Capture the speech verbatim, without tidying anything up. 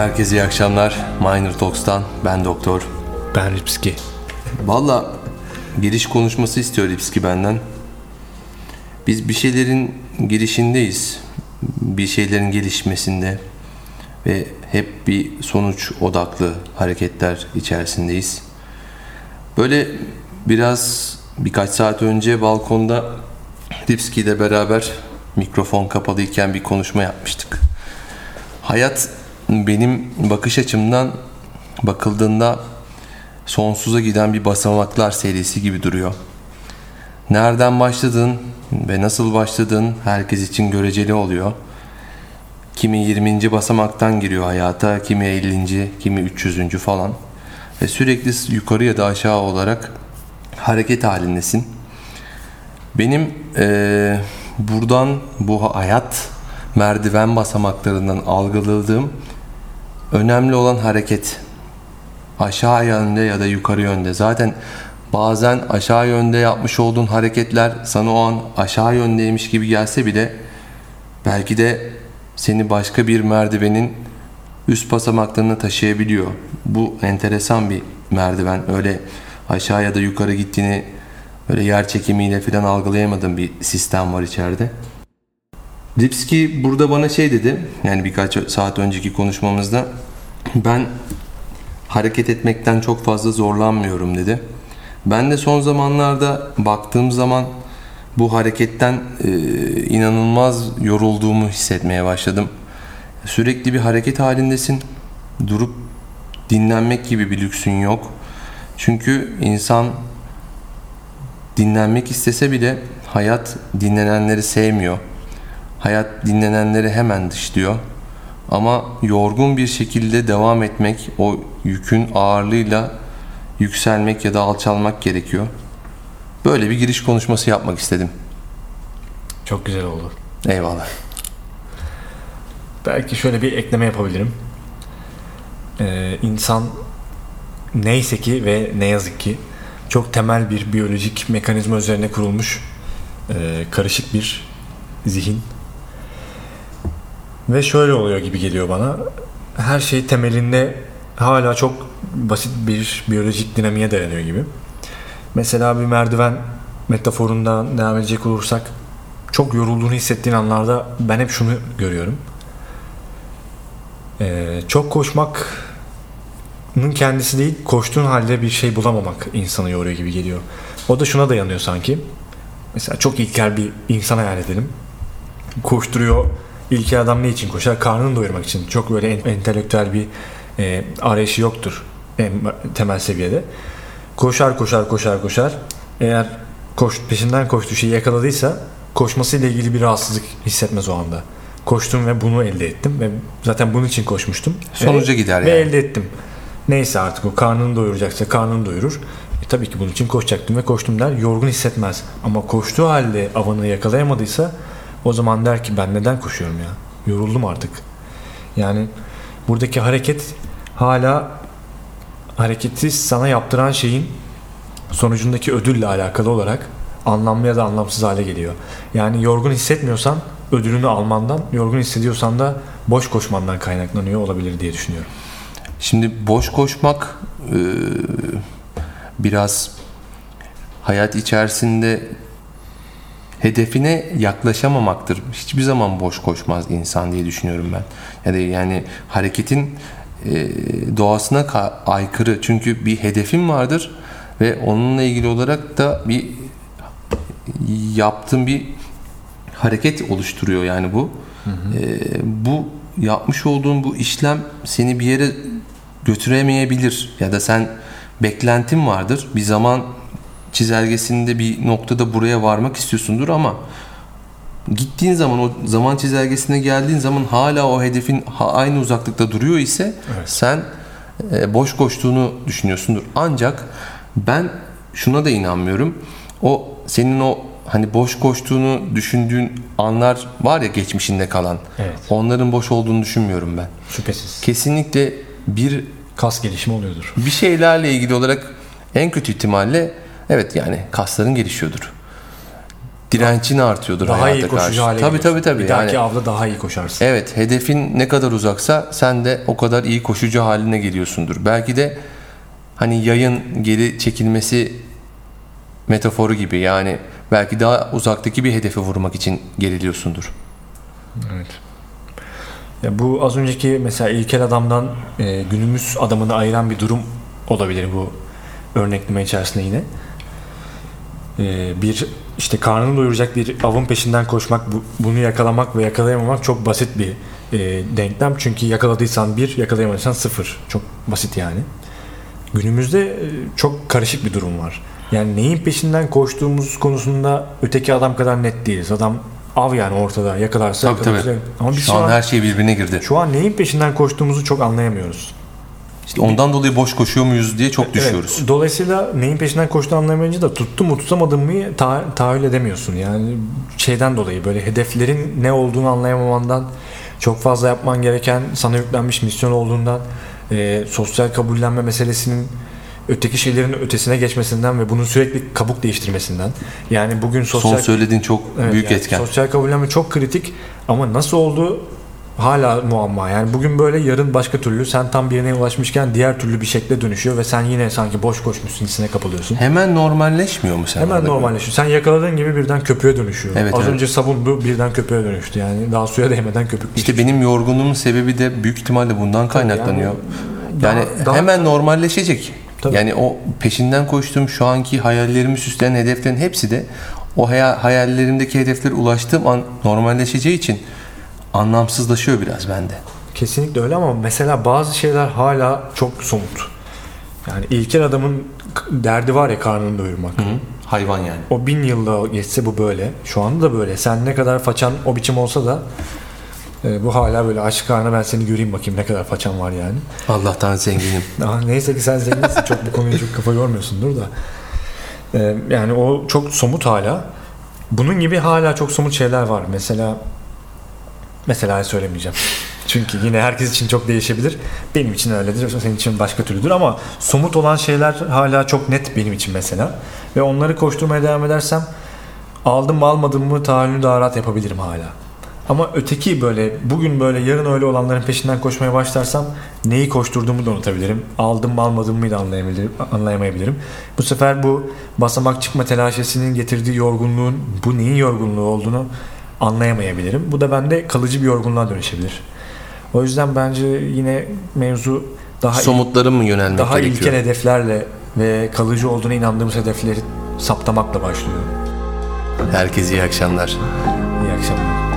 Herkese iyi akşamlar. Minor Talks'tan ben Doktor. Ben Lipski. Valla giriş konuşması istiyor Lipski benden. Biz bir şeylerin girişindeyiz. Bir şeylerin gelişmesinde ve hep bir sonuç odaklı hareketler içerisindeyiz. Böyle biraz birkaç saat önce balkonda Lipski ile beraber mikrofon kapalıyken bir konuşma yapmıştık. Hayat benim bakış açımdan bakıldığında sonsuza giden bir basamaklar serisi gibi duruyor. Nereden başladın ve nasıl başladın herkes için göreceli oluyor. Kimi yirminci basamaktan giriyor hayata, kimi ellinci, kimi üç yüzüncü falan. Ve sürekli yukarı ya da aşağı olarak hareket halindesin. Benim ee, buradan bu hayat merdiven basamaklarından algıladığım önemli olan hareket. Aşağı yönde ya da yukarı yönde. Zaten bazen aşağı yönde yapmış olduğun hareketler sana o an aşağı yöndeymiş gibi gelse bile belki de seni başka bir merdivenin üst basamaklarına taşıyabiliyor. Bu enteresan bir merdiven. Öyle aşağı ya da yukarı gittiğini öyle yer çekimiyle falan algılayamadığım bir sistem var içeride. Lipski burada bana şey dedi, yani birkaç saat önceki konuşmamızda, ben hareket etmekten çok fazla zorlanmıyorum dedi. Ben de son zamanlarda baktığım zaman bu hareketten e, inanılmaz yorulduğumu hissetmeye başladım. Sürekli bir hareket halindesin. Durup dinlenmek gibi bir lüksün yok. Çünkü insan dinlenmek istese bile hayat dinlenenleri sevmiyor. Hayat dinlenenleri hemen dışlıyor. Ama yorgun bir şekilde devam etmek, o yükün ağırlığıyla yükselmek ya da alçalmak gerekiyor. Böyle bir giriş konuşması yapmak istedim. Çok güzel oldu. Eyvallah. Belki şöyle bir ekleme yapabilirim. Ee, insan neyse ki ve ne yazık ki çok temel bir biyolojik mekanizma üzerine kurulmuş e, karışık bir zihin. Ve şöyle oluyor gibi geliyor bana. Her şey temelinde hala çok basit bir biyolojik dinamiğe dayanıyor gibi. Mesela bir merdiven metaforundan devam edecek olursak, çok yorulduğunu hissettiğin anlarda ben hep şunu görüyorum. Ee, çok koşmakın kendisi değil, koştuğun halde bir şey bulamamak insanı yoruyor gibi geliyor. O da şuna dayanıyor sanki. Mesela çok ilkel bir insan hayal edelim. Koşturuyor. İlkel adam ne için koşar? Karnını doyurmak için. Çok böyle entelektüel bir e, arayışı yoktur en temel seviyede. Koşar koşar koşar koşar. Eğer koş, peşinden koştuğu şeyi yakaladıysa koşmasıyla ilgili bir rahatsızlık hissetmez o anda. Koştum ve bunu elde ettim ve zaten bunun için koşmuştum. Sonuca ve, gider ve yani. Ve elde ettim. Neyse artık o karnını doyuracaksa karnını doyurur. E, tabii ki bunun için koşacaktım ve koştum der. Yorgun hissetmez. Ama koştuğu halde avını yakalayamadıysa o zaman der ki ben neden koşuyorum ya? Yoruldum artık. Yani buradaki hareket hala hareketi sana yaptıran şeyin sonucundaki ödülle alakalı olarak anlamlı ya da anlamsız hale geliyor. Yani yorgun hissetmiyorsan ödülünü almandan, yorgun hissediyorsan da boş koşmandan kaynaklanıyor olabilir diye düşünüyorum. Şimdi boş koşmak e, biraz hayat içerisinde hedefine yaklaşamamaktır. Hiçbir zaman boş koşmaz insan diye düşünüyorum ben. Yani, yani hareketin e, doğasına ka- aykırı. Çünkü bir hedefin vardır ve onunla ilgili olarak da bir yaptığın bir hareket oluşturuyor yani bu. Hı hı. E, bu yapmış olduğun bu işlem seni bir yere götüremeyebilir ya da sen beklentin vardır. Bir zaman çizelgesinde bir noktada buraya varmak istiyorsundur ama gittiğin zaman, o zaman çizelgesine geldiğin zaman hala o hedefin aynı uzaklıkta duruyor ise evet, sen e, boş koştuğunu düşünüyorsundur. Ancak ben şuna da inanmıyorum. O senin o hani boş koştuğunu düşündüğün anlar var ya geçmişinde kalan. Evet. Onların boş olduğunu düşünmüyorum ben. Şüphesiz. Kesinlikle bir kas gelişimi oluyordur. Bir şeylerle ilgili olarak en kötü ihtimalle evet yani kasların gelişiyordur. direncin artıyordur daha hayata iyi koşucu karşı. hale Tabii geliyorsun. tabii tabii. Bir dahaki Yani, avda daha iyi koşarsın. evet, hedefin ne kadar uzaksa sen de o kadar iyi koşucu haline geliyorsundur. Belki de hani yayın geri çekilmesi metaforu gibi, yani belki daha uzaktaki bir hedefe vurmak için geriliyorsundur. Evet. Ya bu az önceki mesela ilkel adamdan e, günümüz adamını ayıran bir durum olabilir bu örnekleme içerisinde yine. E, bir işte karnını doyuracak bir avın peşinden koşmak, bu, bunu yakalamak ve yakalayamamak çok basit bir e, denklem. Çünkü yakaladıysan bir, yakalayamadıysan sıfır. Çok basit yani. Günümüzde e, çok karışık bir durum var. Yani neyin peşinden koştuğumuz konusunda öteki adam kadar net değiliz. Adam av yani ortada, yakalarsa Tabii yakalarsa. tabii. Ama biz Şu an her şey birbirine girdi. şu an neyin peşinden koştuğumuzu çok anlayamıyoruz. İşte ondan dolayı boş koşuyor muyuz diye çok düşüyoruz. Evet, dolayısıyla neyin peşinden koştuğunu anlayamayınca da tuttu mu tutamadım mı ta- tahayyül edemiyorsun. Yani şeyden dolayı böyle hedeflerin ne olduğunu anlayamamandan, çok fazla yapman gereken sana yüklenmiş misyon olduğundan, e, sosyal kabullenme meselesinin öteki şeylerin ötesine geçmesinden ve bunun sürekli kabuk değiştirmesinden. Yani bugün sosyal... Son söylediğin çok Evet, büyük yani etken. sosyal kabullenme çok kritik ama nasıl oldu hala muamma. Yani bugün böyle, yarın başka türlü, sen tam bir yerine ulaşmışken diğer türlü bir şekle dönüşüyor ve sen yine sanki boş koşmuşsun hissine kapılıyorsun. Hemen normalleşmiyor mu sen? Hemen normalleşiyor. Sen yakaladığın gibi birden köpüğe dönüşüyor. Evet, Az evet. önce sabundu, birden köpüğe dönüştü. Yani daha suya değmeden köpük. İşte benim yorgunluğumun sebebi de büyük ihtimalle bundan kaynaklanıyor. yani Yani, daha- daha- hemen normalleşecek. Tabii. Yani o peşinden koştuğum şu anki hayallerimi süsleyen hedeflerin hepsi de o hayal, hayallerimdeki hedeflere ulaştığım an normalleşeceği için anlamsızlaşıyor biraz bende. Kesinlikle öyle ama mesela bazı şeyler hala çok somut. Yani ilkel adamın derdi var ya, karnını doyurmak. Hı hı. Hayvan yani. O bin yılda geçse bu böyle. Şu anda da böyle. Sen ne kadar façan o biçim olsa da e, bu hala böyle, aç karnına ben seni göreyim bakayım ne kadar façan var yani. Allah'tan zenginim. Aa, neyse ki sen zenginsin. Çok bu konuyu çok kafa yormuyorsundur da. E, yani o çok somut hala. Bunun gibi hala çok somut şeyler var. Mesela mesela söylemeyeceğim. Çünkü yine herkes için çok değişebilir. Benim için öyledir, senin için başka türlüdür ama somut olan şeyler hala çok net benim için mesela. Ve onları koşturmaya devam edersem aldım mı almadım mı tahayyülünü daha rahat yapabilirim hala. Ama öteki böyle bugün böyle yarın öyle olanların peşinden koşmaya başlarsam neyi koşturduğumu da unutabilirim. Aldım mı almadım mı da anlayabilirim, anlayamayabilirim. Bu sefer bu basamak çıkma telaşesinin getirdiği yorgunluğun bu neyin yorgunluğu olduğunu anlayamayabilirim. Bu da bende kalıcı bir yorgunluğa dönüşebilir. O yüzden bence yine mevzu daha Somutlara mı yönelmek daha gerekiyor? ilkel hedeflerle ve kalıcı olduğuna inandığımız hedefleri saptamakla başlıyor. Herkese iyi akşamlar. İyi akşamlar.